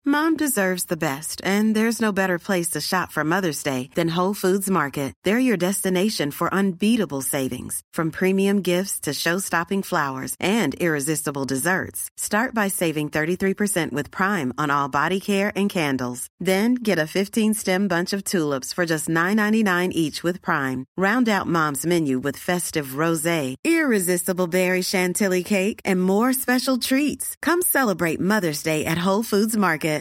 Mom deserves the best, and there's no better place to shop for Mother's Day than Whole Foods Market. They're your destination for unbeatable savings, from premium gifts to show-stopping flowers and irresistible desserts. Start by saving 33% with Prime on all body care and candles. Then get a 15-stem bunch of tulips for just $9.99 each with Prime. Round out Mom's menu with festive rosé, irresistible berry chantilly cake, and more special treats. Come celebrate Mother's Day at Whole Foods Market.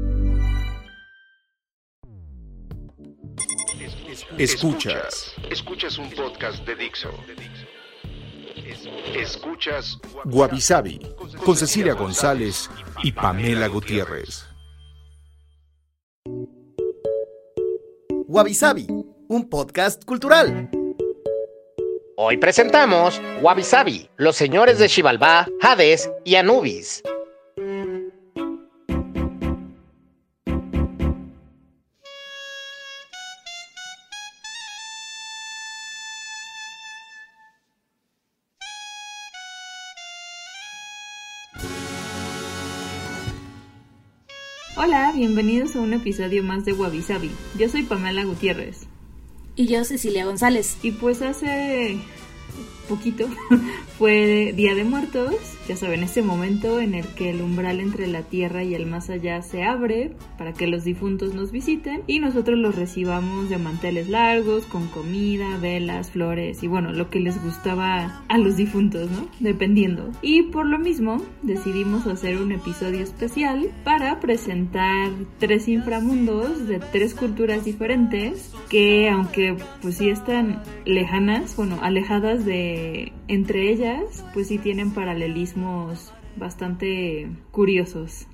Escuchas un podcast de Dixo. Escuchas Wabi Sabi con Cecilia González y Pamela Gutiérrez. Wabi Sabi, un podcast cultural. Hoy presentamos Wabi Sabi, los señores de Xibalbá, Hades y Anubis. Hola, bienvenidos a un episodio más de Wabi Sabi. Yo soy Pamela Gutiérrez. Y yo, Cecilia González. Y pues hace poquito fue Día de Muertos, ya saben, ese momento en el que el umbral entre la tierra y el más allá se abre para que los difuntos nos visiten y nosotros los recibamos de manteles largos, con comida, velas, flores y bueno, lo que les gustaba a los difuntos, ¿no? Dependiendo. Y por lo mismo decidimos hacer un episodio especial para presentar 3 inframundos de 3 culturas diferentes que, aunque pues sí están lejanas, bueno, alejadas de entre ellas, pues sí tienen paralelismos bastante curiosos.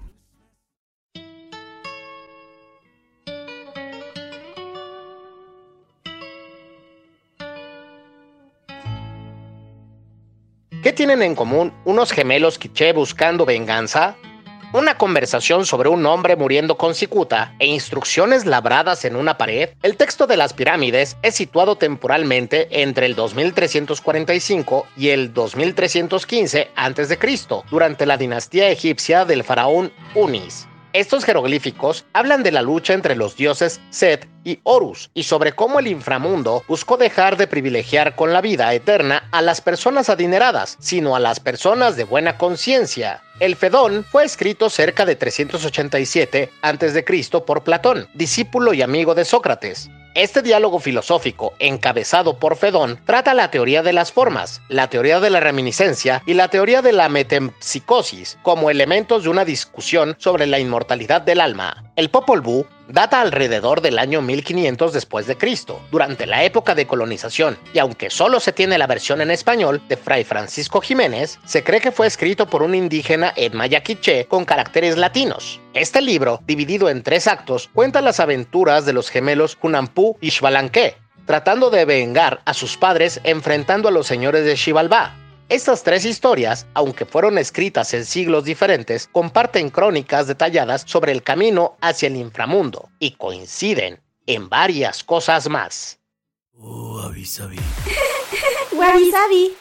¿Qué tienen en común unos gemelos quiché buscando venganza? Una conversación sobre un hombre muriendo con cicuta e instrucciones labradas en una pared. El texto de las pirámides es situado temporalmente entre el 2345 y el 2315 a.C., durante la dinastía egipcia del faraón Unis. Estos jeroglíficos hablan de la lucha entre los dioses Set y Horus y sobre cómo el inframundo buscó dejar de privilegiar con la vida eterna a las personas adineradas, sino a las personas de buena conciencia. El Fedón fue escrito cerca de 387 a.C. por Platón, discípulo y amigo de Sócrates. Este diálogo filosófico, encabezado por Fedón, trata la teoría de las formas, la teoría de la reminiscencia y la teoría de la metempsicosis como elementos de una discusión sobre la inmortalidad del alma. El Popol Vuh data alrededor del año 1500 después de Cristo, durante la época de colonización, y aunque solo se tiene la versión en español de Fray Francisco Jiménez, se cree que fue escrito por un indígena en maya quiché con caracteres latinos. Este libro, dividido en 3 actos, cuenta las aventuras de los gemelos Hunahpu y Xbalanque, tratando de vengar a sus padres enfrentando a los señores de Xibalbá. Estas 3 historias, aunque fueron escritas en siglos diferentes, comparten crónicas detalladas sobre el camino hacia el inframundo y coinciden en varias cosas más. Wabi Sabi. Wabi Sabi.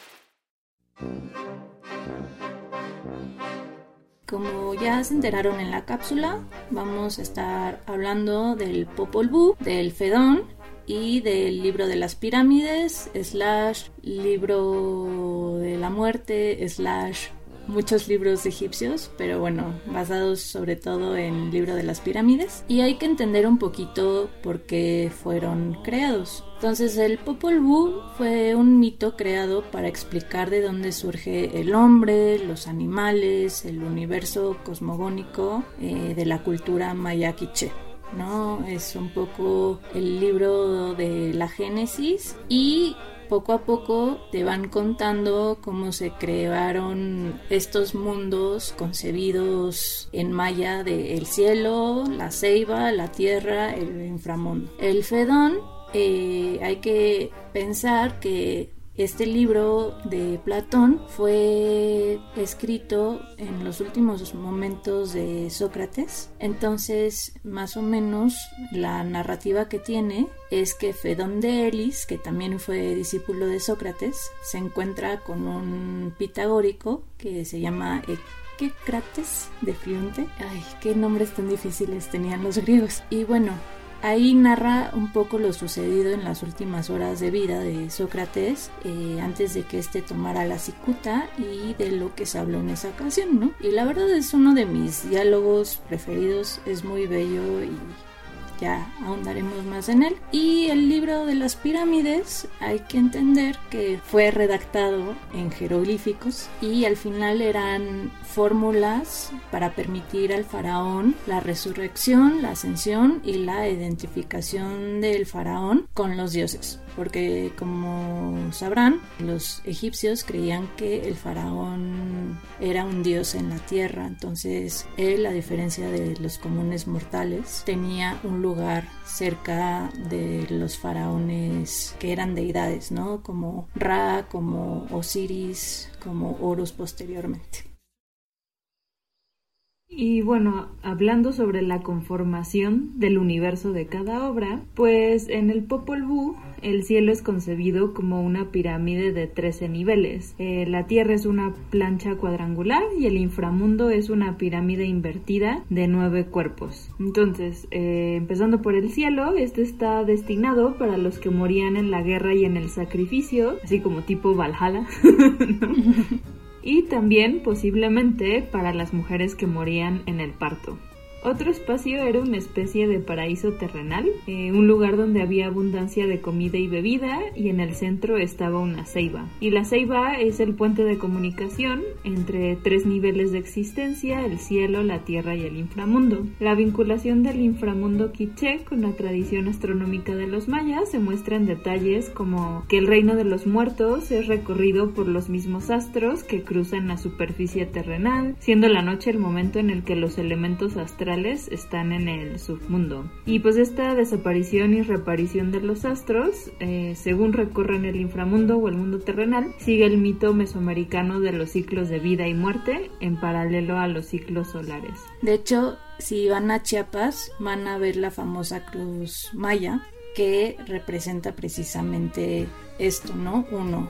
Como ya se enteraron en la cápsula, vamos a estar hablando del Popol Vuh, del Fedón y del libro de las pirámides, / libro de la muerte, / muchos libros egipcios, pero bueno, basados sobre todo en el libro de las pirámides. Y hay que entender un poquito por qué fueron creados. Entonces, el Popol Vuh fue un mito creado para explicar de dónde surge el hombre, los animales, el universo cosmogónico de la cultura maya quiché, ¿no? Es un poco el libro de la Génesis y poco a poco te van contando cómo se crearon estos mundos concebidos en maya del cielo, la ceiba, la tierra, el inframundo. El Fedón, hay que pensar que este libro de Platón fue escrito en los últimos momentos de Sócrates. Entonces, más o menos, la narrativa que tiene es que Fedón de Elis, que también fue discípulo de Sócrates, se encuentra con un pitagórico que se llama Crates de Fionte. Ay, qué nombres tan difíciles tenían los griegos. Y bueno, ahí narra un poco lo sucedido en las últimas horas de vida de Sócrates, antes de que éste tomara la cicuta, y de lo que se habló en esa ocasión, ¿no? Y la verdad es uno de mis diálogos preferidos, es muy bello y ya ahondaremos más en él. Y el libro de las pirámides, hay que entender que fue redactado en jeroglíficos y al final eran fórmulas para permitir al faraón la resurrección, la ascensión y la identificación del faraón con los dioses. Porque, como sabrán, los egipcios creían que el faraón era un dios en la tierra. Entonces él, a diferencia de los comunes mortales, tenía un lugar cerca de los faraones que eran deidades, ¿no? Como Ra, como Osiris, como Horus posteriormente. Y bueno, hablando sobre la conformación del universo de cada obra, pues en el Popol Vuh el cielo es concebido como una pirámide de 13 niveles. La tierra es una plancha cuadrangular y el inframundo es una pirámide invertida de 9 cuerpos. Entonces, empezando por el cielo, este está destinado para los que morían en la guerra y en el sacrificio, así como tipo Valhalla, ¿no? Y también posiblemente para las mujeres que morían en el parto. Otro espacio era una especie de paraíso terrenal, un lugar donde había abundancia de comida y bebida, y en el centro estaba una ceiba. Y la ceiba es el puente de comunicación entre 3 niveles de existencia: el cielo, la tierra y el inframundo. La vinculación del inframundo quiché con la tradición astronómica de los mayas se muestra en detalles como que el reino de los muertos es recorrido por los mismos astros que cruzan la superficie terrenal, siendo la noche el momento en el que los elementos astrales están en el submundo. Y pues esta desaparición y reaparición de los astros, según recorren el inframundo o el mundo terrenal, sigue el mito mesoamericano de los ciclos de vida y muerte en paralelo a los ciclos solares. De hecho, si van a Chiapas, van a ver la famosa cruz maya, que representa precisamente esto, ¿no?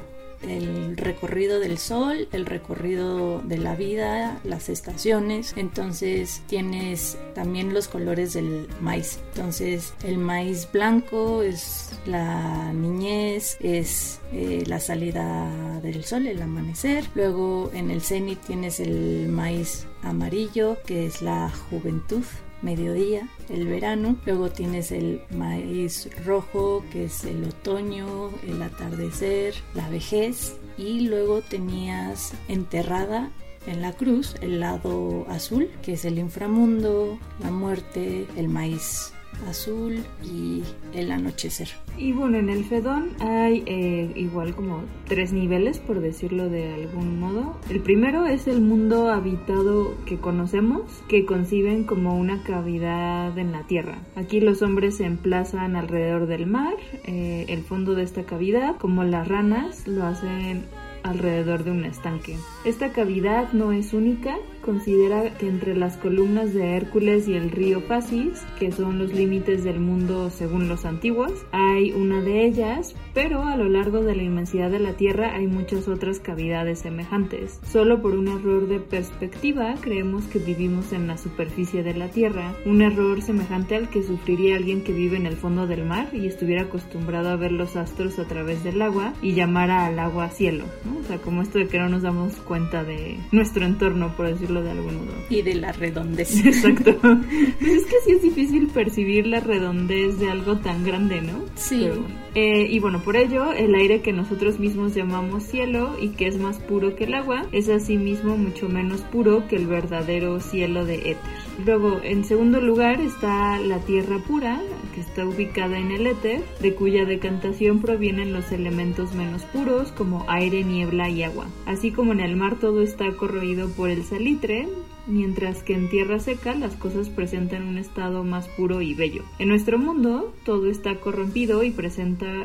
El recorrido del sol, el recorrido de la vida, las estaciones. Entonces tienes también los colores del maíz. Entonces el maíz blanco es la niñez, es la salida del sol, el amanecer. Luego en el cenit tienes el maíz amarillo, que es la juventud, mediodía, el verano. Luego tienes el maíz rojo, que es el otoño, el atardecer, la vejez. Y luego tenías enterrada en la cruz el lado azul, que es el inframundo, la muerte, el maíz azul y el anochecer. Y bueno, en el Fedón hay igual como 3 niveles, por decirlo de algún modo. El primero es el mundo habitado que conocemos, que conciben como una cavidad en la tierra. Aquí los hombres se emplazan alrededor del mar. El fondo de esta cavidad, como las ranas, lo hacen alrededor de un estanque. Esta cavidad no es única. Considera que entre las columnas de Hércules y el río Pasis, que son los límites del mundo según los antiguos, hay una de ellas, pero a lo largo de la inmensidad de la Tierra hay muchas otras cavidades semejantes. Solo por un error de perspectiva creemos que vivimos en la superficie de la Tierra, un error semejante al que sufriría alguien que vive en el fondo del mar y estuviera acostumbrado a ver los astros a través del agua y llamara al agua cielo, ¿no? O sea, como esto de que no nos damos cuenta de nuestro entorno, por decirlo de algún modo. Y de la redondez. Exacto. Pues es que sí es difícil percibir la redondez de algo tan grande, ¿no? Sí. Pero, y bueno, por ello, el aire que nosotros mismos llamamos cielo y que es más puro que el agua, es asimismo mucho menos puro que el verdadero cielo de éter. Luego, en segundo lugar, está la tierra pura, que está ubicada en el éter, de cuya decantación provienen los elementos menos puros, como aire, niebla y agua. Así como en el mar todo está corroído por el salitre, mientras que en tierra seca las cosas presentan un estado más puro y bello. En nuestro mundo todo está corrompido y presenta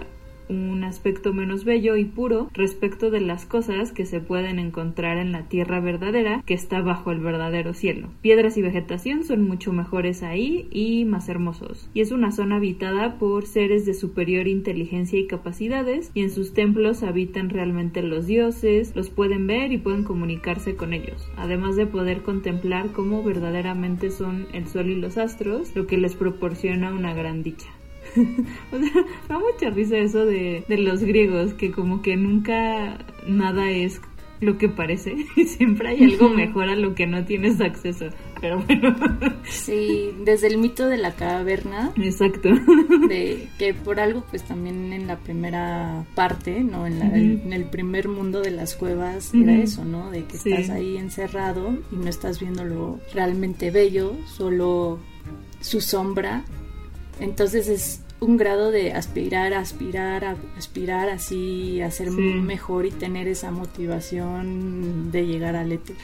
un aspecto menos bello y puro respecto de las cosas que se pueden encontrar en la tierra verdadera que está bajo el verdadero cielo. Piedras y vegetación son mucho mejores ahí y más hermosos, y es una zona habitada por seres de superior inteligencia y capacidades, y en sus templos habitan realmente los dioses, los pueden ver y pueden comunicarse con ellos, además de poder contemplar cómo verdaderamente son el sol y los astros, lo que les proporciona una gran dicha. O sea, me da mucha risa eso de los griegos, que como que nunca nada es lo que parece, y siempre hay algo mejor a lo que no tienes acceso, pero bueno. Sí, desde el mito de la caverna. Exacto. De que por algo, pues también en la primera parte, ¿no? En el primer mundo de las cuevas era eso, ¿no? De que estás ahí encerrado y no estás viendo lo realmente bello, solo su sombra. Entonces es un grado de aspirar así a ser mejor y tener esa motivación de llegar al éter.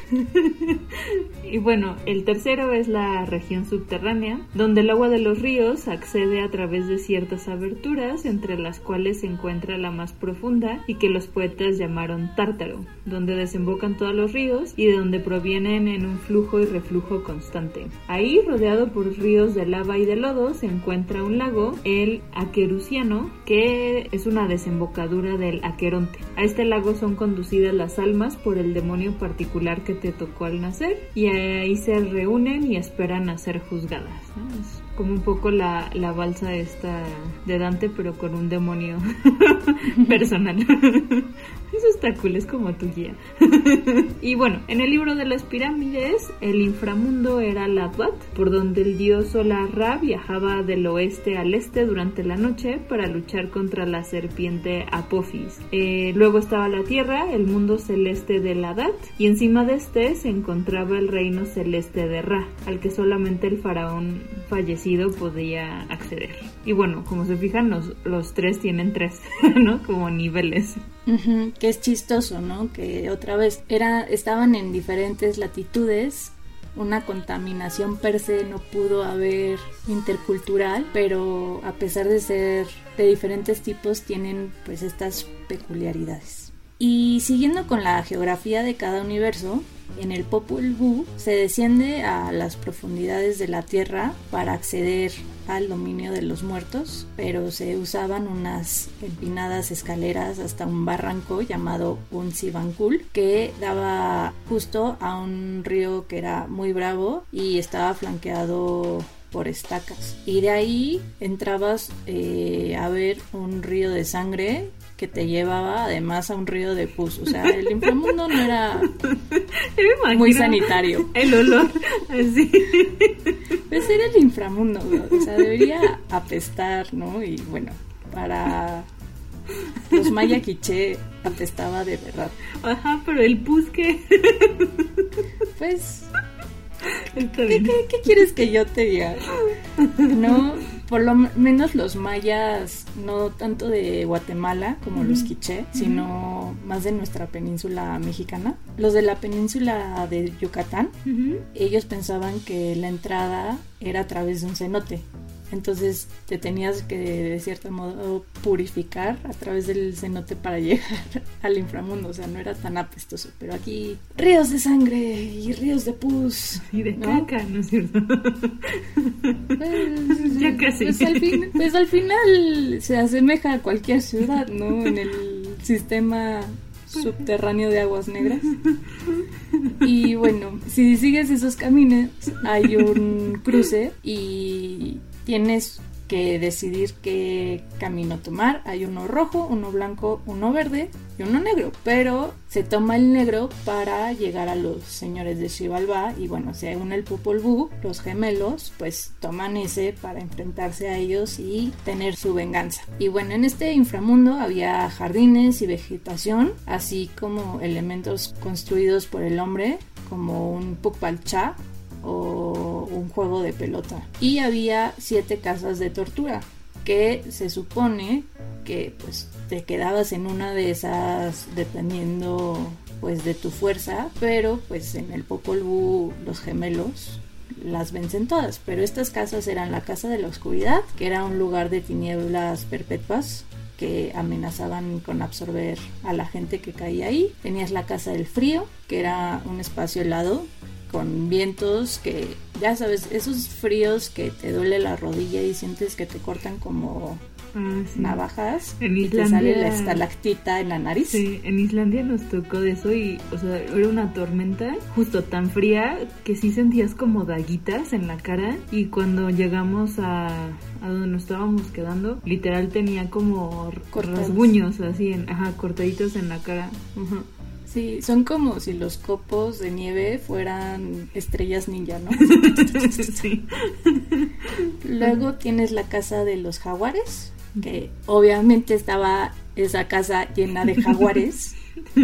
Y bueno, el tercero es la región subterránea, donde el agua de los ríos accede a través de ciertas aberturas, entre las cuales se encuentra la más profunda y que los poetas llamaron Tártaro, donde desembocan todos los ríos y de donde provienen en un flujo y reflujo constante. Ahí, rodeado por ríos de lava y de lodo, se encuentra un lago, el Aquerusiano, que es una desembocadura del Aqueronte. A este lago son conducidas las almas por el demonio particular que te tocó al nacer, y ahí se reúnen y esperan a ser juzgadas, ¿no? Es como un poco la balsa esta de Dante, pero con un demonio personal. Eso está cool, es como tu guía. Y bueno, en el libro de las pirámides, el inframundo era la Duat, por donde el dios solar Ra viajaba del oeste al este durante la noche para luchar contra la serpiente Apophis. Luego estaba la tierra, el mundo celeste de Ladat, y encima de este se encontraba el reino celeste de Ra, al que solamente el faraón fallecido podía acceder. Y bueno, como se fijan, los tres tienen tres, ¿no? Como niveles. Que es chistoso, ¿no? Que otra vez estaban en diferentes latitudes. Una contaminación per se no pudo haber intercultural, pero a pesar de ser de diferentes tipos, tienen pues estas peculiaridades. Y siguiendo con la geografía de cada universo, en el Popol Vuh se desciende a las profundidades de la tierra para acceder al dominio de los muertos, pero se usaban unas empinadas escaleras hasta un barranco llamado Unsibankul, que daba justo a un río que era muy bravo y estaba flanqueado por estacas, y de ahí entrabas a ver un río de sangre que te llevaba además a un río de pus. O sea, el inframundo no era muy sanitario. El olor, así. Pues era el inframundo, ¿no? O sea, debería apestar, ¿no? Y bueno, para los maya quiché apestaba de verdad. Ajá, pero el pus, ¿qué? Pues... ¿Qué quieres que yo te diga? No, por lo menos los mayas, no tanto de Guatemala como los quiché, sino más de nuestra península mexicana. Los de la península de Yucatán, ellos pensaban que la entrada era a través de un cenote. Entonces te tenías que de cierto modo purificar a través del cenote para llegar al inframundo. O sea, no era tan apestoso. Pero aquí ríos de sangre y ríos de pus y de caca, ¿no es cierto? Pues, ya casi. Pues al final se asemeja a cualquier ciudad, ¿no? En el sistema subterráneo de aguas negras. Y bueno, si sigues esos caminos hay un cruce y tienes que decidir qué camino tomar. Hay uno rojo, uno blanco, uno verde y uno negro, pero se toma el negro para llegar a los señores de Xibalbá. Y bueno, según el Popol Vuh, los gemelos pues toman ese para enfrentarse a ellos y tener su venganza. Y bueno, en este inframundo había jardines y vegetación, así como elementos construidos por el hombre, como un Pukpalcha o un juego de pelota. Y había 7 casas de tortura, que se supone que pues te quedabas en una de esas dependiendo pues de tu fuerza, pero pues en el Popol Vuh los gemelos las vencen todas. Pero estas casas eran la casa de la oscuridad, que era un lugar de tinieblas perpetuas que amenazaban con absorber a la gente que caía ahí. Tenías la casa del frío, que era un espacio helado con vientos que, ya sabes, esos fríos que te duele la rodilla y sientes que te cortan como navajas y te sale la estalactita en la nariz. Sí, en Islandia nos tocó de eso y, o sea, era una tormenta justo tan fría que sí sentías como daguitas en la cara, y cuando llegamos a donde nos estábamos quedando, literal tenía como rasguños así, cortaditos en la cara. Uh-huh. Sí, son como si los copos de nieve fueran estrellas ninja, ¿no? Sí. Luego tienes la casa de los jaguares, que obviamente estaba esa casa llena de jaguares,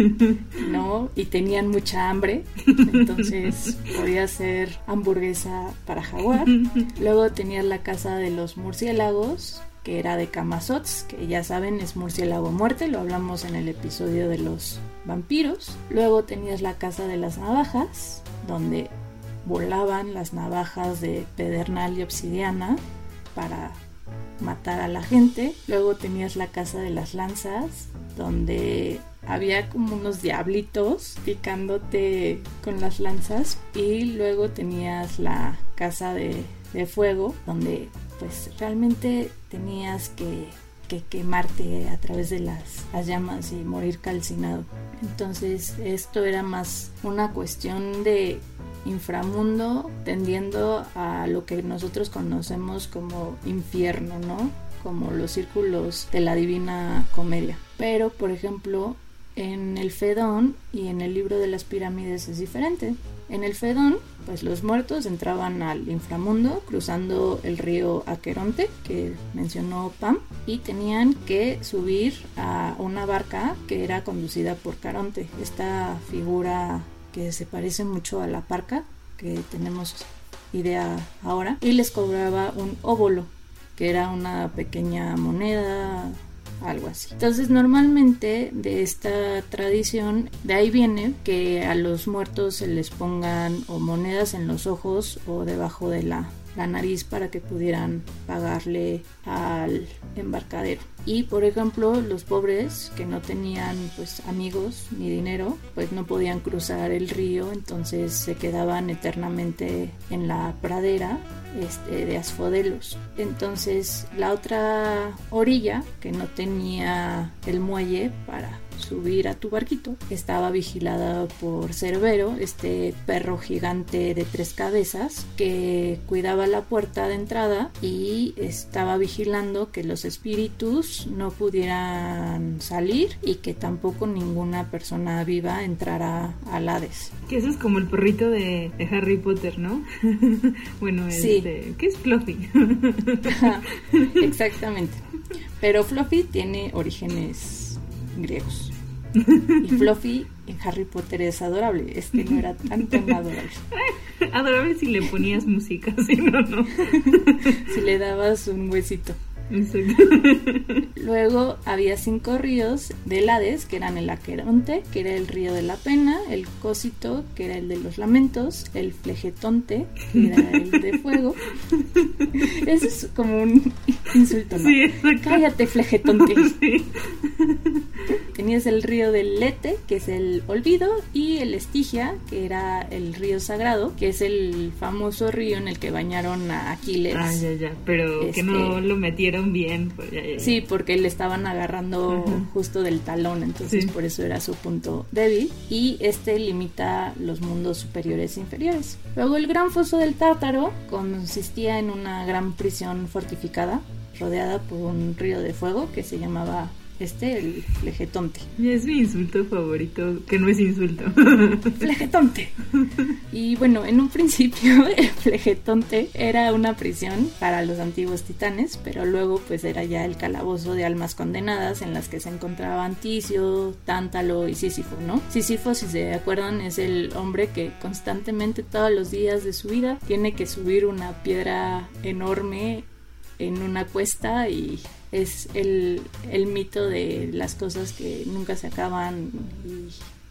¿no? Y tenían mucha hambre, entonces podía ser hamburguesa para jaguar. Luego tenías la casa de los murciélagos, que era de Camazotz, que ya saben es murciélago muerte, lo hablamos en el episodio de los vampiros. Luego tenías la casa de las navajas, donde volaban las navajas de pedernal y obsidiana para matar a la gente. Luego tenías la casa de las lanzas, donde había como unos diablitos picándote con las lanzas. Y luego tenías la casa de fuego, donde pues realmente tenías que quemarte a través de las llamas y morir calcinado. Entonces esto era más una cuestión de inframundo tendiendo a lo que nosotros conocemos como infierno, ¿no? Como los círculos de la Divina Comedia. Pero, por ejemplo, en el Fedón y en el libro de las pirámides es diferente. En el Fedón, pues los muertos entraban al inframundo cruzando el río Aqueronte, que mencionó Pam, y tenían que subir a una barca que era conducida por Caronte, esta figura que se parece mucho a la parca que tenemos idea ahora, y les cobraba un óbolo, que era una pequeña moneda, algo así. Entonces normalmente de esta tradición, de ahí viene que a los muertos se les pongan o monedas en los ojos o debajo de la nariz para que pudieran pagarle al embarcadero. Y por ejemplo los pobres que no tenían pues amigos ni dinero, pues no podían cruzar el río, entonces se quedaban eternamente en la pradera de Asfodelos. Entonces la otra orilla, que no tenía el muelle para subir a tu barquito, estaba vigilada por Cerbero, este perro gigante de 3 cabezas que cuidaba la puerta de entrada y estaba vigilando que los espíritus no pudieran salir y que tampoco ninguna persona viva entrara al Hades. Que eso es como el perrito de Harry Potter, ¿no? Bueno, sí. ¿Qué es Fluffy? Exactamente. Pero Fluffy tiene orígenes griegos. Y Fluffy en Harry Potter es adorable. Este no era tan adorable. Adorable si le ponías música, si no. Si le dabas un huesito. Exacto. Luego había 5 ríos del Hades, que eran el Aqueronte, que era el río de la pena, el Cósito, que era el de los lamentos, el Flegetonte, que era el de fuego. Eso es como un insulto, ¿no? Sí, cállate, Flegetonte. Sí. Tenías el río del Lete, que es el olvido, y el Estigia, que era el río sagrado, que es el famoso río en el que bañaron a Aquiles. Ah, ya, pero que no lo metieron bien. Pues ya. Sí, porque le estaban agarrando justo del talón, entonces por eso era su punto débil, y este limita los mundos superiores e inferiores. Luego el gran foso del Tártaro consistía en una gran prisión fortificada, rodeada por un río de fuego que se llamaba el Flegetonte. Es mi insulto favorito, que no es insulto. Flegetonte. Y bueno, en un principio el Flegetonte era una prisión para los antiguos titanes, pero luego pues era ya el calabozo de almas condenadas en las que se encontraban Ticio, Tántalo y Sísifo, ¿no? Sísifo, si se acuerdan, es el hombre que constantemente todos los días de su vida tiene que subir una piedra enorme en una cuesta, y es el mito de las cosas que nunca se acaban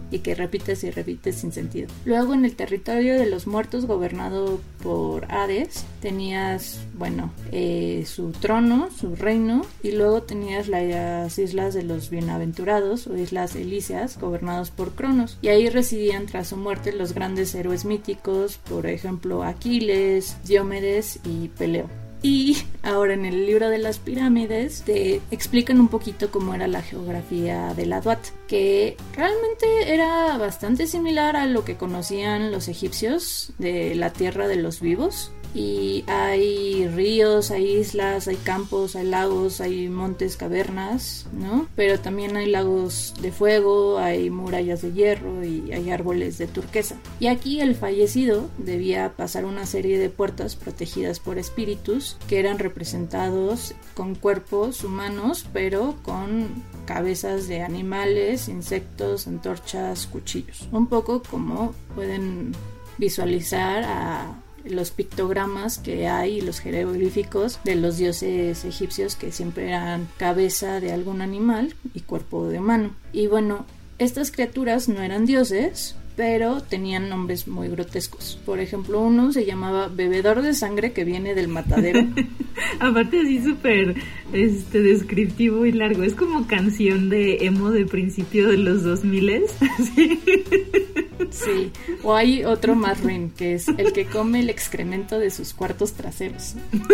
y que repites y repites sin sentido. Luego en el territorio de los muertos gobernado por Hades tenías, su trono, su reino, y luego tenías las islas de los bienaventurados o islas Elíseas gobernados por Cronos, y ahí residían tras su muerte los grandes héroes míticos, por ejemplo Aquiles, Diomedes y Peleo. Y ahora en el libro de las pirámides te explican un poquito cómo era la geografía de la Duat, que realmente era bastante similar a lo que conocían los egipcios de la tierra de los vivos. Y hay ríos, hay islas, hay campos, hay lagos, hay montes, cavernas, ¿no? Pero también hay lagos de fuego, hay murallas de hierro y hay árboles de turquesa. Y aquí el fallecido debía pasar una serie de puertas protegidas por espíritus que eran representados con cuerpos humanos, pero con cabezas de animales, insectos, antorchas, cuchillos. Un poco como pueden visualizar a los pictogramas que hay, los jeroglíficos de los dioses egipcios, que siempre eran cabeza de algún animal y cuerpo de humano. Y bueno, estas criaturas no eran dioses, pero tenían nombres muy grotescos. Por ejemplo, uno se llamaba Bebedor de Sangre, que viene del matadero. Aparte así súper descriptivo y largo. Es como canción de emo de principio de los 2000. ¿Sí? Sí, o hay otro más ruin, que es el que come el excremento de sus cuartos traseros.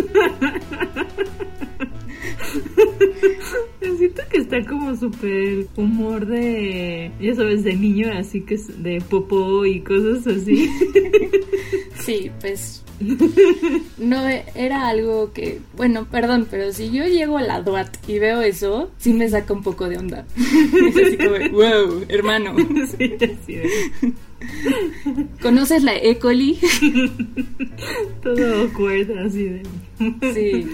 Siento que está como súper humor de, ya sabes, de niño, así que es de popó y cosas así. Sí, pues no era algo que, perdón, pero si yo llego a la Duat y veo eso, sí me saca un poco de onda. Es así como, wow, hermano. Sí, así de... ¿Conoces la E. coli? Todo awkward, así de... Sí.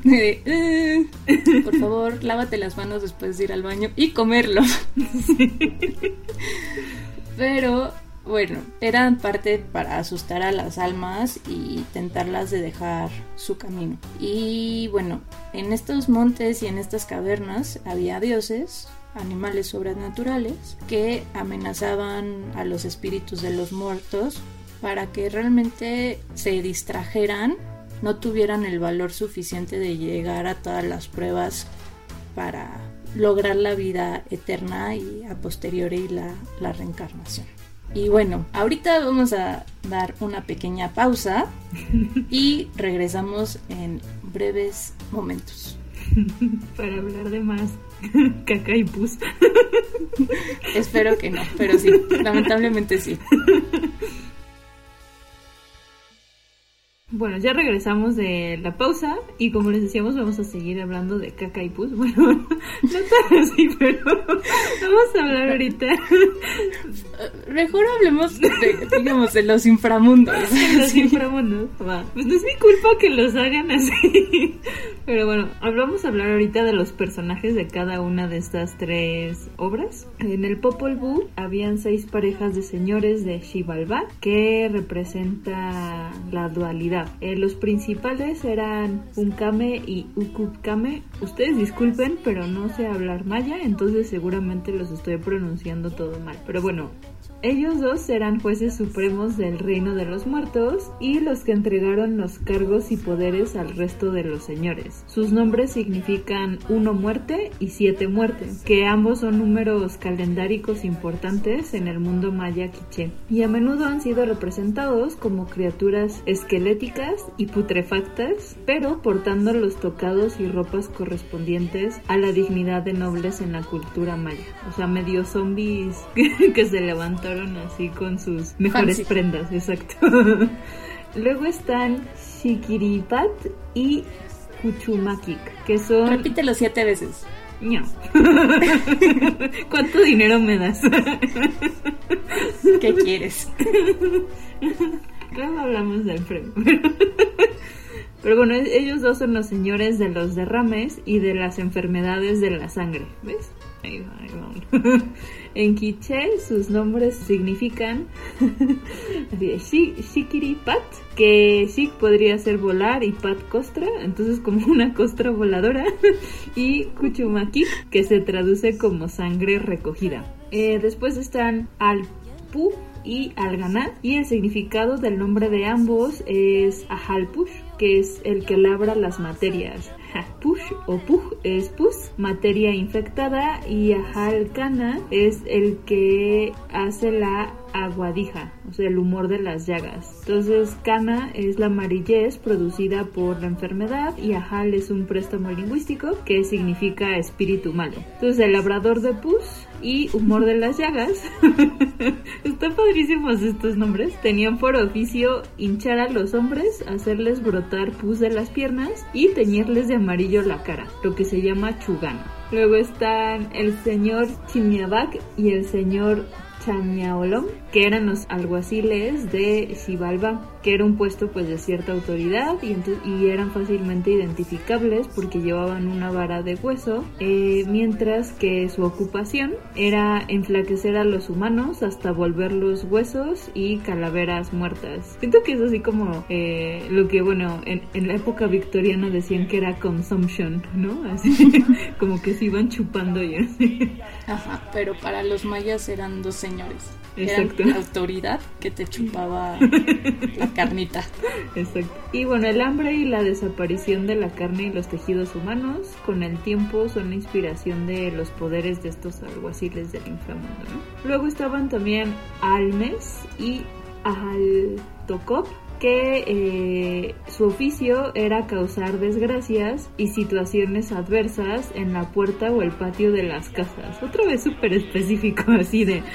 Por favor, lávate las manos después de ir al baño y comerlo. Sí. Pero bueno, eran parte para asustar a las almas y tentarlas de dejar su camino. Y bueno, en estos montes y en estas cavernas había dioses, animales sobrenaturales, que amenazaban a los espíritus de los muertos para que realmente se distrajeran, no tuvieran el valor suficiente de llegar a todas las pruebas para lograr la vida eterna y a posteriori la reencarnación. Y bueno, ahorita vamos a dar una pequeña pausa y regresamos en breves momentos. Para hablar de más caca y pus. Espero que no, pero sí, lamentablemente sí. Bueno, ya regresamos de la pausa y como les decíamos vamos a seguir hablando de caca y pus. Bueno, no tan así, pero vamos a hablar ahorita. Mejor hablemos de los inframundos. Los inframundos, va. Pues no es mi culpa que los hagan así. Pero bueno, vamos a hablar ahorita de los personajes de cada una de estas tres obras. En el Popol Vuh habían 6 parejas de señores de Xibalbá, que representa la dualidad. Los principales eran Unkame y Ukupkame. Ustedes disculpen, pero no sé hablar maya, entonces seguramente los estoy pronunciando todo mal. Pero bueno, ellos dos eran jueces supremos del reino de los muertos y los que entregaron los cargos y poderes al resto de los señores. Sus nombres significan 1 muerte y 7 muertes, que ambos son números calendáricos importantes en el mundo maya quiché, y a menudo han sido representados como criaturas esqueléticas y putrefactas, pero portando los tocados y ropas correspondientes a la dignidad de nobles en la cultura maya. O sea, medio zombies que se levantaron así con sus mejores prendas, exacto. Luego están Shikiripat y Kuchumakik, que son... Repítelo 7 veces. No. ¿Cuánto dinero me das? ¿Qué quieres? Luego hablamos del premio. Pero bueno, ellos dos son los señores de los derrames y de las enfermedades de la sangre. ¿Ves? Ahí va. En quiché sus nombres significan Shikiripat, que Shik podría ser volar y Pat costra, entonces como una costra voladora, y Kuchumakik, que se traduce como sangre recogida. Después están Al-Pu y Al-Ganá, y el significado del nombre de ambos es Ahalpush, que es el que labra las materias. Push o Puj es pus, materia infectada, y Ahal-Kana es el que hace la aguadija, o sea, el humor de las llagas. Entonces, Kana es la amarillez producida por la enfermedad, y Ahal es un préstamo lingüístico que significa espíritu malo. Entonces, el labrador de pus y humor de las llagas están padrísimos estos nombres. Tenían por oficio hinchar a los hombres, hacerles brotar pus de las piernas y teñirles de amarillo la cara, lo que se llama chugano. Luego están el señor Chimiabak y el señor Chamiaolom, que eran los alguaciles de Xibalbá, que era un puesto pues de cierta autoridad, y eran fácilmente identificables porque llevaban una vara de hueso, mientras que su ocupación era enflaquecer a los humanos hasta volverlos huesos y calaveras muertas. Siento que es así como lo que, bueno, en la época victoriana decían que era consumption, ¿no? Así como que se iban chupando y así. Ajá, pero para los mayas eran dos señores. Exacto. Eran la autoridad que te chupaba la carnita. Exacto. Y bueno, el hambre y la desaparición de la carne y los tejidos humanos con el tiempo son la inspiración de los poderes de estos alguaciles del inframundo, ¿no? Luego estaban también Almes y Ahaltocop, que su oficio era causar desgracias y situaciones adversas en la puerta o el patio de las casas. Otra vez súper específico, así de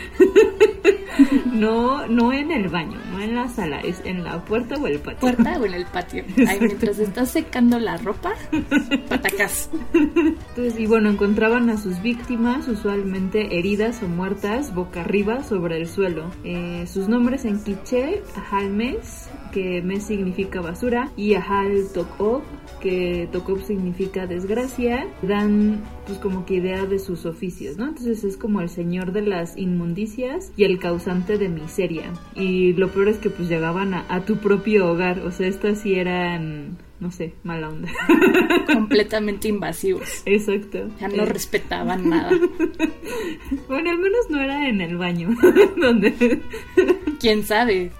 no en el baño, no en la sala, es en la puerta o el patio. Puerta o en el patio. Ahí mientras estás secando la ropa, patacas. Entonces, y bueno, encontraban a sus víctimas usualmente heridas o muertas boca arriba sobre el suelo. Sus nombres en quiché: Ahalmes, que mes significa basura, y Ahaltocop, que Tocop significa desgracia, dan pues como que idea de sus oficios, ¿no? Entonces es como el señor de las inmundicias y el causante de miseria. Y lo peor es que pues llegaban a tu propio hogar, o sea, estas sí eran, no sé, mala onda. Completamente invasivos. Exacto. Ya no respetaban nada. Bueno, al menos no era en el baño. Donde... ¿Quién sabe?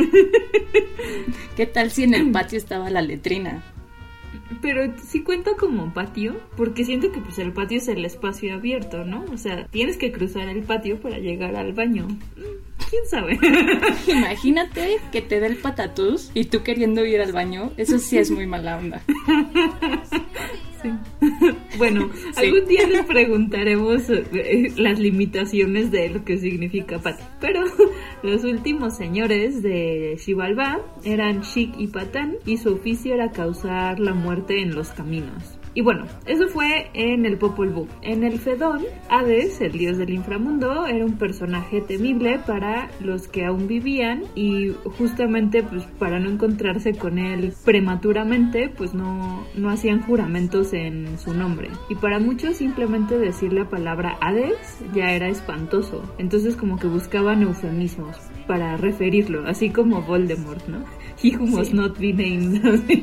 ¿Qué tal si en el patio estaba la letrina? Pero sí cuenta como patio, porque siento que pues el patio es el espacio abierto, ¿no? O sea, tienes que cruzar el patio para llegar al baño. ¿Quién sabe? Imagínate que te dé el patatús y tú queriendo ir al baño. Eso sí es muy mala onda. Sí. Bueno, sí. Algún día les preguntaremos las limitaciones de lo que significa patio. Pero los últimos señores de Xibalbá eran Shik y Patán, y su oficio era causar la muerte en los caminos. Y bueno, eso fue en el Popol Vuh. En el Fedón, Hades, el dios del inframundo, era un personaje temible para los que aún vivían, y justamente pues para no encontrarse con él prematuramente, pues no hacían juramentos en su nombre. Y para muchos simplemente decir la palabra Hades ya era espantoso. Entonces como que buscaban eufemismos para referirlo, así como Voldemort, ¿no? He who must not be named.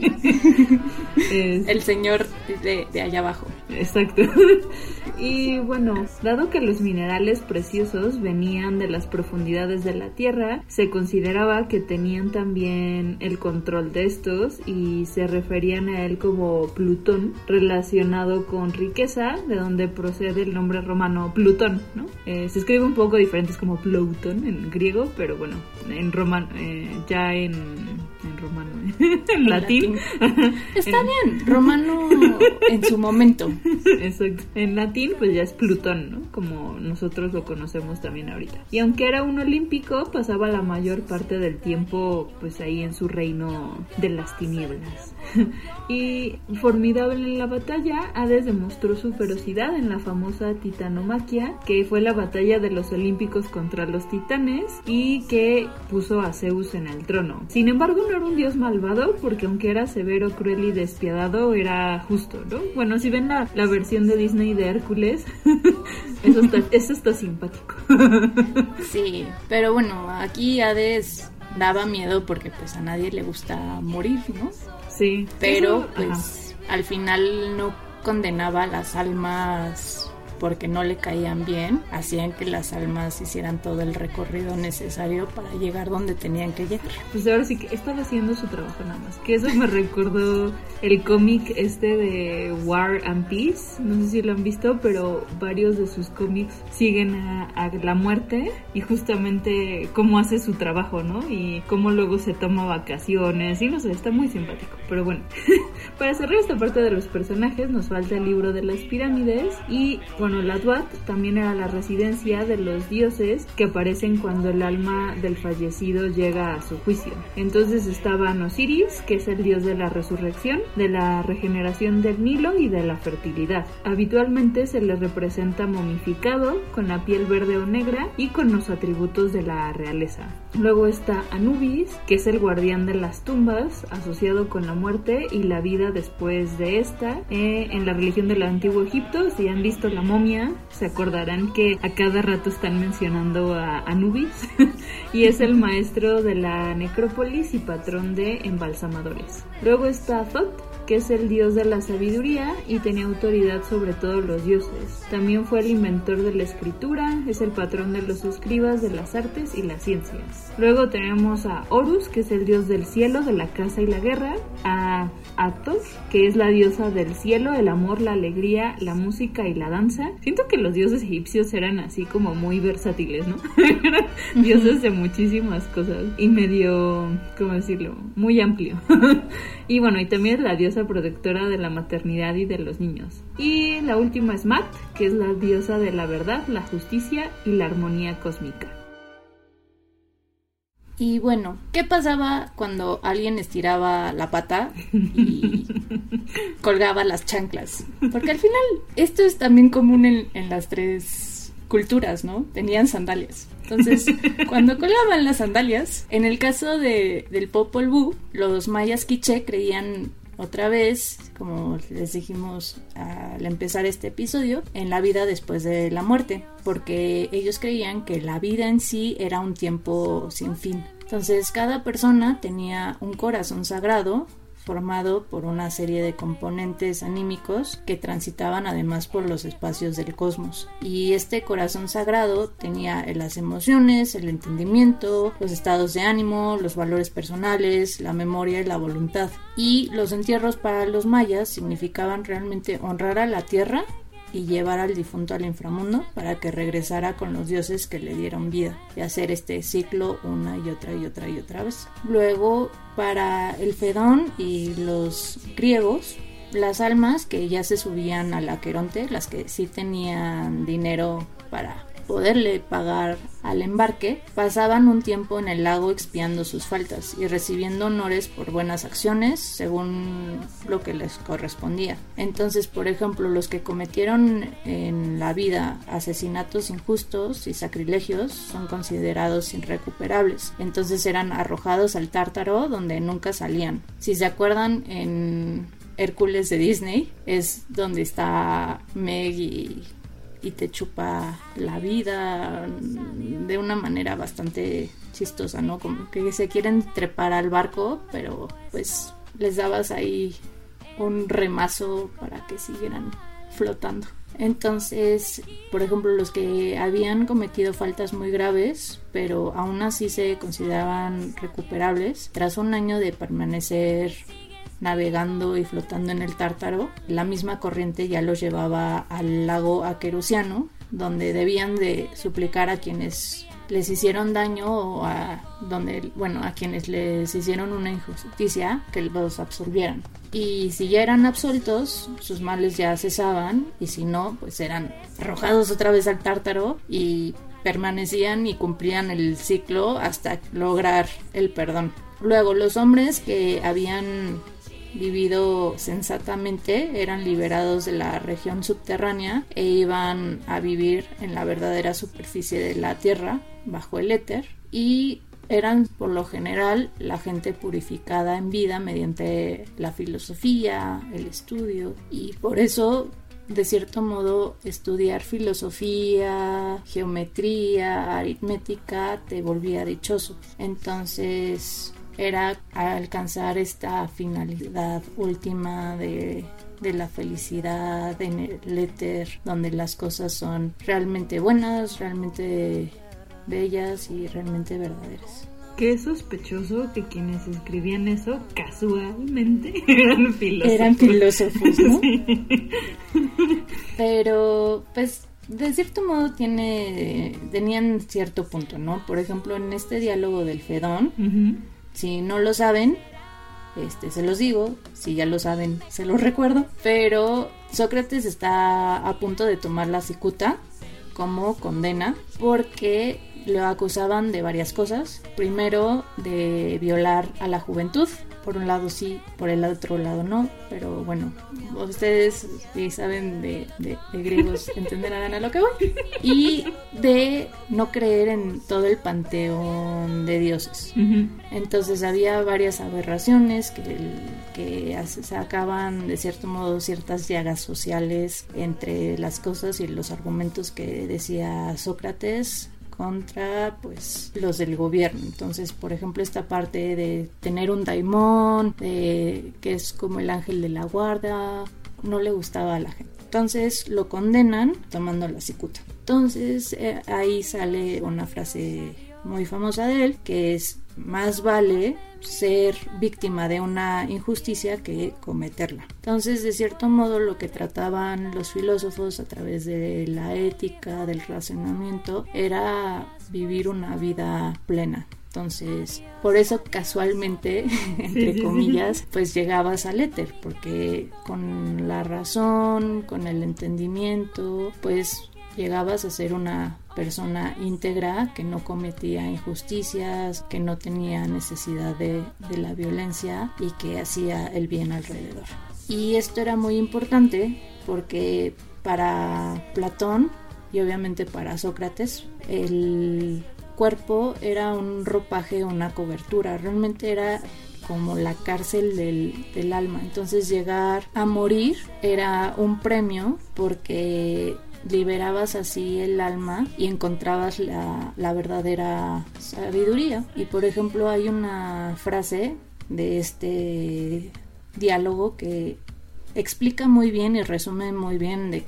El señor de allá abajo. Exacto. Y bueno, dado que los minerales preciosos venían de las profundidades de la tierra, se consideraba que tenían también el control de estos, y se referían a él como Plutón, relacionado con riqueza, de donde procede el nombre romano Plutón, ¿no? Se escribe un poco diferente, es como Plutón en griego, pero bueno, en romano, ya en romano, en latín. Está bien, romano en su momento. Exacto. En latín pues ya es Plutón, ¿no? Como nosotros lo conocemos también ahorita. Y aunque era un olímpico, pasaba la mayor parte del tiempo pues ahí en su reino de las tinieblas. Y formidable en la batalla, Hades demostró su ferocidad en la famosa titanomaquia, que fue la batalla de los olímpicos contra los titanes, y que puso a Zeus en el trono. Sin embargo, no era un dios malvado, porque aunque era severo, cruel y despiadado, era justo, ¿no? Bueno, si ven la versión de Disney de Hércules, eso está simpático. Sí, pero bueno, aquí Hades daba miedo porque pues a nadie le gusta morir, ¿no? Sí. Pero pues al final no condenaba a las almas porque no le caían bien, hacían que las almas hicieran todo el recorrido necesario para llegar donde tenían que llegar. Pues ahora sí que estaba haciendo su trabajo nada más. Que eso me recordó el cómic de War and Peace. No sé si lo han visto, pero varios de sus cómics siguen a la muerte y justamente cómo hace su trabajo, ¿no? Y cómo luego se toma vacaciones y no sé, está muy simpático. Pero bueno, para cerrar esta parte de los personajes nos falta el libro de las pirámides y bueno, la Duat también era la residencia de los dioses que aparecen cuando el alma del fallecido llega a su juicio. Entonces estaban Osiris, que es el dios de la resurrección, de la regeneración del Nilo y de la fertilidad. Habitualmente se le representa momificado, con la piel verde o negra y con los atributos de la realeza. Luego está Anubis, que es el guardián de las tumbas, asociado con la muerte y la vida después de esta. En la religión del antiguo Egipto, si han visto la momia, se acordarán que a cada rato están mencionando a Anubis y es el maestro de la necrópolis y patrón de embalsamadores. Luego está Thoth, que es el dios de la sabiduría y tenía autoridad sobre todos los dioses. También fue el inventor de la escritura, es el patrón de los escribas, de las artes y las ciencias. Luego tenemos a Horus, que es el dios del cielo, de la caza y la guerra, a Hathor, que es la diosa del cielo, el amor, la alegría, la música y la danza. Siento que los dioses egipcios eran así como muy versátiles, ¿no? Eran dioses de muchísimas cosas y medio, ¿cómo decirlo? Muy amplio. Y bueno, y también es la diosa protectora de la maternidad y de los niños. Y la última es Mat, que es la diosa de la verdad, la justicia y la armonía cósmica. Y bueno, ¿qué pasaba cuando alguien estiraba la pata y colgaba las chanclas? Porque al final esto es también común en las tres culturas, ¿no? Tenían sandalias. Entonces, cuando colgaban las sandalias, en el caso del Popol Vuh, los mayas quiché creían otra vez, como les dijimos al empezar este episodio, en la vida después de la muerte, porque ellos creían que la vida en sí era un tiempo sin fin. Entonces, cada persona tenía un corazón sagrado formado por una serie de componentes anímicos que transitaban además por los espacios del cosmos. Y este corazón sagrado tenía las emociones, el entendimiento, los estados de ánimo, los valores personales, la memoria y la voluntad. Y los entierros para los mayas significaban realmente honrar a la tierra y llevar al difunto al inframundo para que regresara con los dioses que le dieron vida y hacer este ciclo una y otra vez. Luego, para el Fedón y los griegos, las almas que ya se subían al Aqueronte, las que sí tenían dinero para poderle pagar al embarque, pasaban un tiempo en el lago expiando sus faltas y recibiendo honores por buenas acciones según lo que les correspondía. Entonces, por ejemplo, los que cometieron en la vida asesinatos injustos y sacrilegios son considerados irrecuperables. Entonces eran arrojados al Tártaro, donde nunca salían. Si se acuerdan, en Hércules de Disney es donde está Meg y te chupa la vida de una manera bastante chistosa, ¿no? Como que se quieren trepar al barco, pero pues les dabas ahí un remazo para que siguieran flotando. Entonces, por ejemplo, los que habían cometido faltas muy graves, pero aún así se consideraban recuperables, tras un año de permanecer navegando y flotando en el Tártaro, la misma corriente ya los llevaba al lago Aquerusiano, donde debían de suplicar a quienes les hicieron daño o a quienes les hicieron una injusticia que los absolvieran. Y si ya eran absueltos, sus males ya cesaban, y si no, pues eran arrojados otra vez al Tártaro y permanecían y cumplían el ciclo hasta lograr el perdón. Luego, los hombres que habían vivido sensatamente eran liberados de la región subterránea e iban a vivir en la verdadera superficie de la tierra, bajo el éter, y eran por lo general la gente purificada en vida mediante la filosofía, el estudio, y por eso, de cierto modo, estudiar filosofía, geometría, aritmética te volvía dichoso. Entonces, era alcanzar esta finalidad última de la felicidad en el éter, donde las cosas son realmente buenas, realmente bellas y realmente verdaderas. Qué sospechoso que quienes escribían eso casualmente eran filósofos. Eran filósofos, ¿no? Sí. Pero, pues, de cierto modo tenían cierto punto, ¿no? Por ejemplo, en este diálogo del Fedón, si no lo saben, se los digo, si ya lo saben, se los recuerdo, pero Sócrates está a punto de tomar la cicuta como condena porque lo acusaban de varias cosas. Primero, de violar a la juventud. Por un lado sí, por el otro lado no, pero bueno, ustedes si saben de griegos entenderán a lo que voy. Y de no creer en todo el panteón de dioses. Entonces había varias aberraciones que sacaban de cierto modo ciertas llagas sociales entre las cosas y los argumentos que decía Sócrates contra pues los del gobierno. Entonces, por ejemplo, esta parte de tener un daimón, que es como el ángel de la guarda, no le gustaba a la gente. Entonces lo condenan tomando la cicuta. Entonces ahí sale una frase muy famosa de él, que es: más vale ser víctima de una injusticia que cometerla. Entonces, de cierto modo, lo que trataban los filósofos a través de la ética, del razonamiento, era vivir una vida plena. Entonces, por eso casualmente, entre comillas, pues llegabas al éter, porque con la razón, con el entendimiento, pues llegabas a ser una persona íntegra que no cometía injusticias, que no tenía necesidad de la violencia y que hacía el bien alrededor. Y esto era muy importante porque para Platón y obviamente para Sócrates, el cuerpo era un ropaje, una cobertura, realmente era como la cárcel del alma. Entonces llegar a morir era un premio porque liberabas así el alma y encontrabas la verdadera sabiduría. Y por ejemplo hay una frase de este diálogo que explica muy bien y resume muy bien de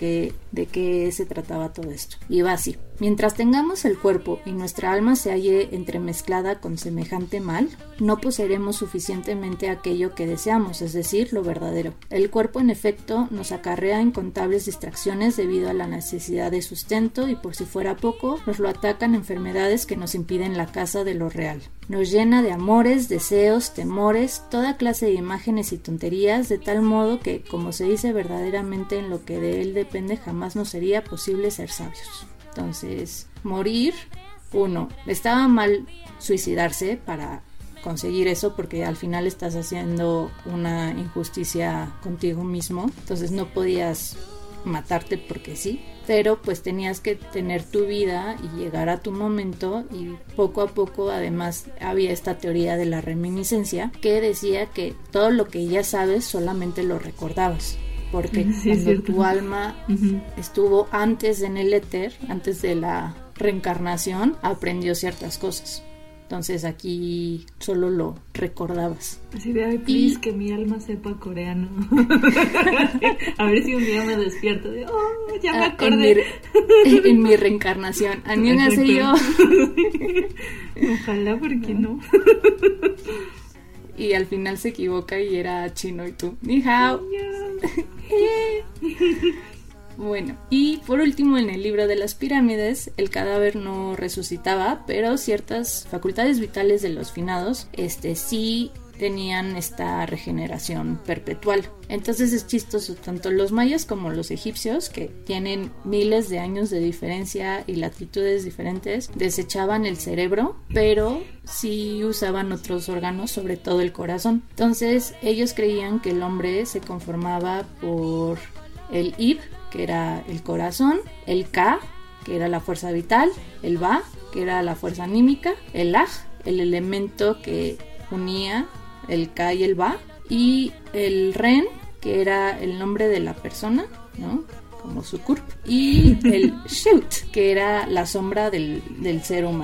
qué se trataba todo esto. Y va así: mientras tengamos el cuerpo y nuestra alma se halle entremezclada con semejante mal, no poseeremos suficientemente aquello que deseamos, es decir, lo verdadero. El cuerpo, en efecto, nos acarrea incontables distracciones debido a la necesidad de sustento y, por si fuera poco, nos lo atacan enfermedades que nos impiden la caza de lo real. Nos llena de amores, deseos, temores, toda clase de imágenes y tonterías, de tal modo que, como se dice verdaderamente en lo que de él depende, jamás nos sería posible ser sabios. Entonces, morir, uno, estaba mal suicidarse para conseguir eso porque al final estás haciendo una injusticia contigo mismo, entonces no podías matarte porque sí, pero pues tenías que tener tu vida y llegar a tu momento, y poco a poco además había esta teoría de la reminiscencia que decía que todo lo que ya sabes solamente lo recordabas, porque sí, cuando tu alma estuvo antes en el éter, antes de la reencarnación, aprendió ciertas cosas. Entonces aquí solo lo recordabas. Así de, ay, please, que mi alma sepa coreano. A ver si un día me despierto de, oh, ya me acordé. En mi reencarnación. 안녕하세요. Ojalá, porque no. Y al final se equivoca y era chino y tú, ni hao. Bueno, y por último, en el libro de las pirámides, el cadáver no resucitaba, pero ciertas facultades vitales de los finados, sí tenían esta regeneración perpetual. Entonces es chistoso, tanto los mayas como los egipcios, que tienen miles de años de diferencia y latitudes diferentes, desechaban el cerebro, pero sí usaban otros órganos, sobre todo el corazón. Entonces ellos creían que el hombre se conformaba por el Ib, que era el corazón, el Ka, que era la fuerza vital, el Ba, que era la fuerza anímica, el Aj, el elemento que unía el Ka y el Ba, y el Ren, que era el nombre de la persona, ¿no? Como su cuerpo, y el Sheut, que era la sombra del ser humano.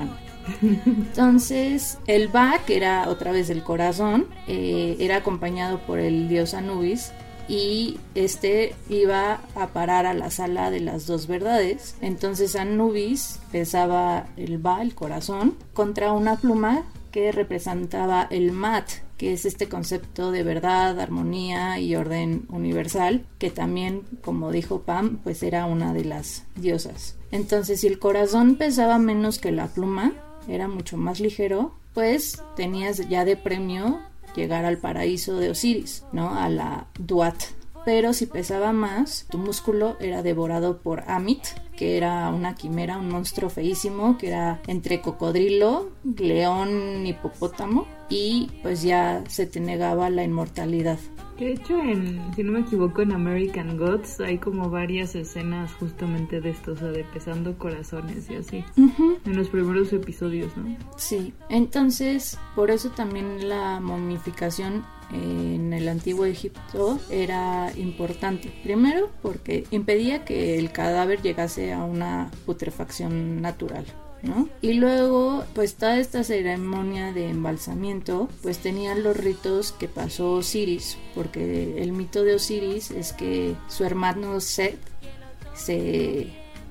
Entonces el Ba, que era otra vez el corazón, era acompañado por el dios Anubis, y iba a parar a la sala de las dos verdades. Entonces Anubis pesaba el Ba, el corazón, contra una pluma que representaba el Mat, que es este concepto de verdad, armonía y orden universal, que también, como dijo Pam, pues era una de las diosas. Entonces, si el corazón pesaba menos que la pluma, era mucho más ligero, pues tenías ya de premio llegar al paraíso de Osiris, ¿no? A la Duat. Pero si pesaba más, tu músculo era devorado por Amit, que era una quimera, un monstruo feísimo, que era entre cocodrilo, león, hipopótamo, y pues ya se te negaba la inmortalidad. De hecho, si no me equivoco, en American Gods hay como varias escenas justamente de esto, o sea, de pesando corazones y así, en los primeros episodios, ¿no? Sí, entonces, por eso también la momificación en el antiguo Egipto era importante. Primero, porque impedía que el cadáver llegase a una putrefacción natural, ¿no? Y luego, pues toda esta ceremonia de embalsamiento, pues tenían los ritos que pasó Osiris, porque el mito de Osiris es que su hermano Seth se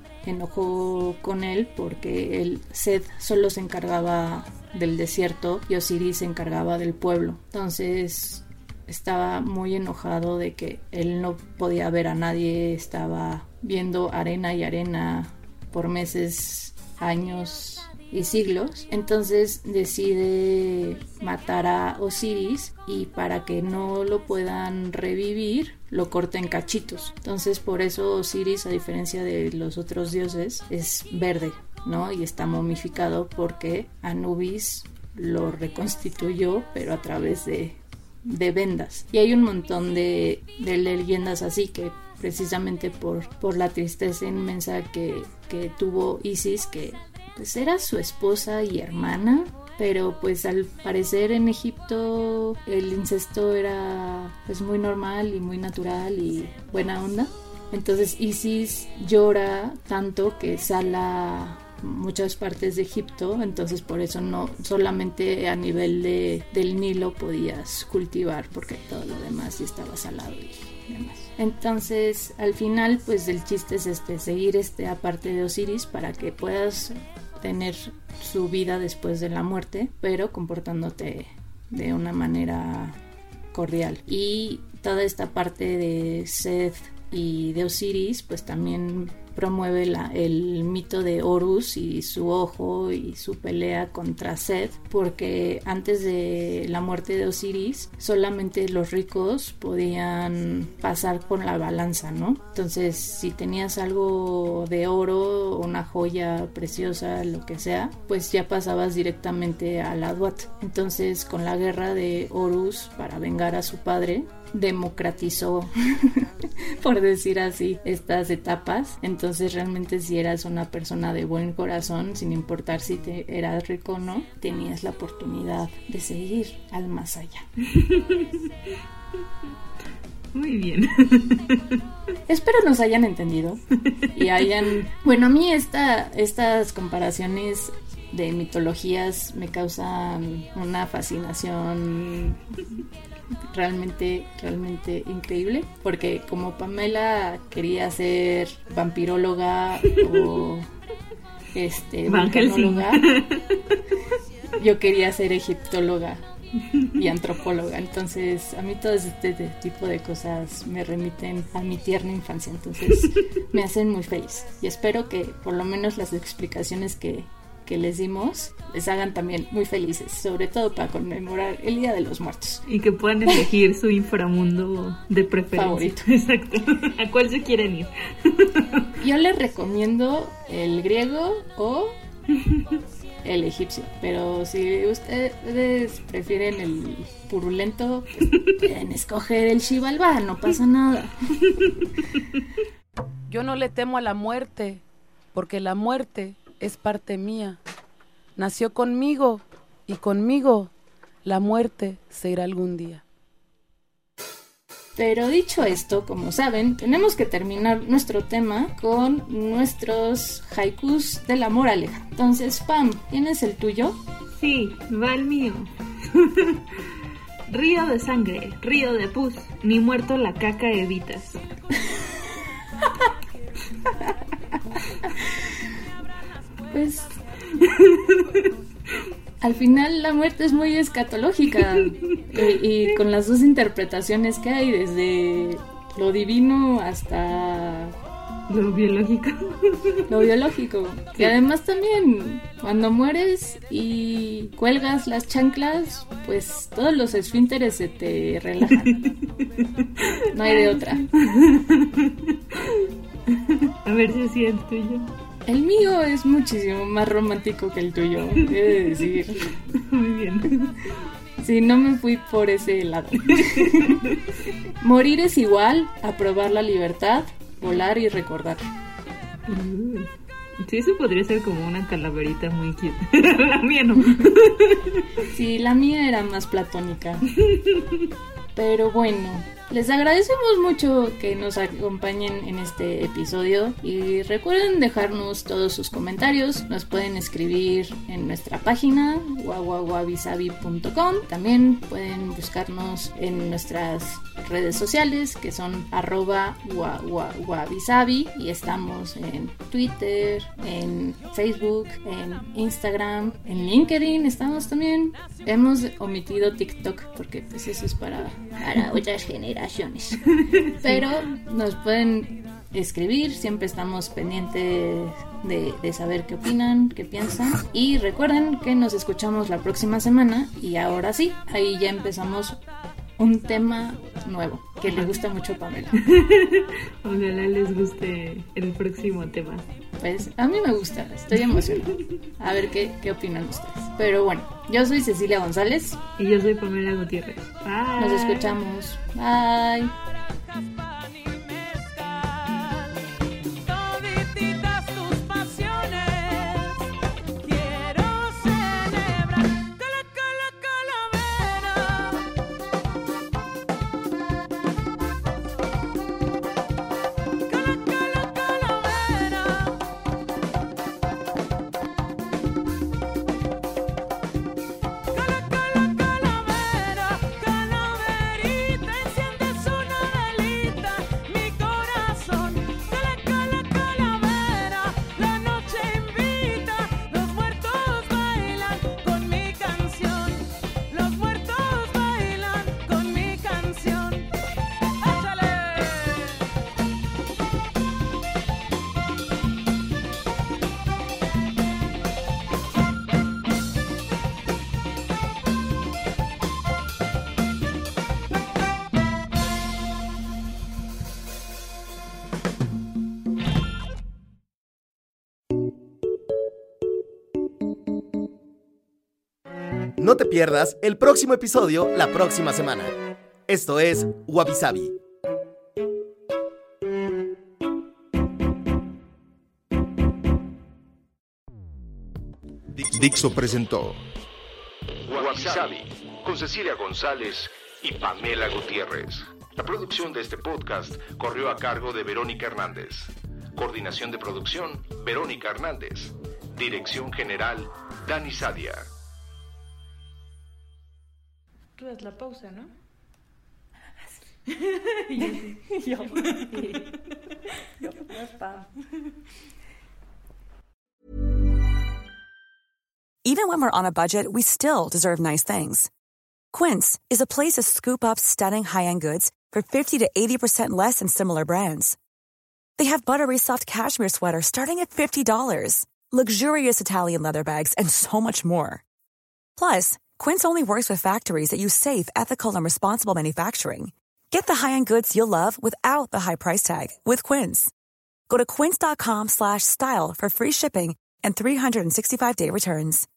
enojó con él porque Seth solo se encargaba del desierto y Osiris se encargaba del pueblo. Entonces estaba muy enojado de que él no podía ver a nadie, estaba viendo arena y arena por meses, años y siglos. Entonces decide matar a Osiris, y para que no lo puedan revivir lo corta en cachitos. Entonces por eso Osiris, a diferencia de los otros dioses, es verde, ¿no? Y está momificado porque Anubis lo reconstituyó, pero a través de vendas. Y hay un montón de leyendas así, que precisamente por la tristeza inmensa que tuvo Isis, que pues era su esposa y hermana, pero pues al parecer en Egipto el incesto era pues muy normal y muy natural y buena onda. Entonces Isis llora tanto que sala muchas partes de Egipto, entonces por eso no solamente a nivel del Nilo podías cultivar, porque todo lo demás ya estaba salado y demás. Entonces al final pues el chiste es seguir aparte de Osiris para que puedas tener su vida después de la muerte, pero comportándote de una manera cordial. Y toda esta parte de Seth y de Osiris pues también promueve el mito de Horus y su ojo y su pelea contra Seth, porque antes de la muerte de Osiris solamente los ricos podían pasar por la balanza, ¿no? Entonces si tenías algo de oro, una joya preciosa, lo que sea, pues ya pasabas directamente a la Duat. Entonces con la guerra de Horus para vengar a su padre, democratizó por decir así estas etapas. Entonces realmente si eras una persona de buen corazón, sin importar si eras rico o no, tenías la oportunidad de seguir al más allá. Muy bien. Espero nos hayan entendido y bueno, a mí estas comparaciones de mitologías me causan una fascinación realmente increíble, porque como Pamela quería ser vampiróloga o vulcanóloga, yo quería ser egiptóloga y antropóloga. Entonces a mí todo este tipo de cosas me remiten a mi tierna infancia, entonces me hacen muy feliz, y espero que por lo menos las explicaciones que les dimos les hagan también muy felices, sobre todo para conmemorar el Día de los Muertos. Y que puedan elegir su inframundo de preferencia. Favorito. Exacto. ¿A cuál se quieren ir? Yo les recomiendo el griego o el egipcio, pero si ustedes prefieren el purulento, pues pueden escoger el Xibalbá, no pasa nada. Yo no le temo a la muerte, porque la muerte es parte mía. Nació conmigo y conmigo la muerte se irá algún día. Pero dicho esto, como saben, tenemos que terminar nuestro tema con nuestros haikus de la moraleja. Entonces, Pam, ¿tienes el tuyo? Sí, va el mío. Río de sangre, río de pus, ni muerto la caca evitas. Pues... al final la muerte es muy escatológica y con las dos interpretaciones que hay, desde lo divino hasta lo biológico. Lo biológico. Sí. Y además también, cuando mueres y cuelgas las chanclas, pues todos los esfínteres se te relajan. No hay de otra. A ver si así el tuyo. El mío es muchísimo más romántico que el tuyo, he de decir. Muy bien. Sí, no me fui por ese lado. Morir es igual a probar la libertad, volar y recordar. Sí, eso podría ser como una calaverita muy cute. La mía no. Sí, la mía era más platónica. Pero bueno, les agradecemos mucho que nos acompañen en este episodio y recuerden dejarnos todos sus comentarios. Nos pueden escribir en nuestra página wabisabi.com. También pueden buscarnos en nuestras redes sociales, que son @wabisabi, y estamos en Twitter, en Facebook, en Instagram, en LinkedIn estamos también. Hemos omitido TikTok porque pues eso es para otras generaciones. Pero nos pueden escribir, siempre estamos pendientes de saber qué opinan, qué piensan. Y recuerden que nos escuchamos la próxima semana. Y ahora sí, ahí ya empezamos un tema nuevo que le gusta mucho a Pamela. Ojalá les guste el próximo tema. Pues a mí me gusta, estoy emocionada. A ver qué opinan ustedes. Pero bueno, yo soy Cecilia González. Y yo soy Pamela Gutiérrez. Bye. Nos escuchamos. Bye. No te pierdas el próximo episodio la próxima semana. Esto es Wabi-Sabi. Dixo presentó Wabi-Sabi con Cecilia González y Pamela Gutiérrez. La producción de este podcast corrió a cargo de Verónica Hernández. Coordinación de producción, Verónica Hernández. Dirección general, Dani Sadia. Tú das la pausa, ¿no? Yo no spam. Even when we're on a budget, we still deserve nice things. Quince is a place to scoop up stunning high-end goods for 50 to 80% less than similar brands. They have buttery soft cashmere sweaters starting at $50, luxurious Italian leather bags, and so much more. Plus, Quince only works with factories that use safe, ethical, and responsible manufacturing. Get the high-end goods you'll love without the high price tag with Quince. Go to quince.com/style for free shipping and 365-day returns.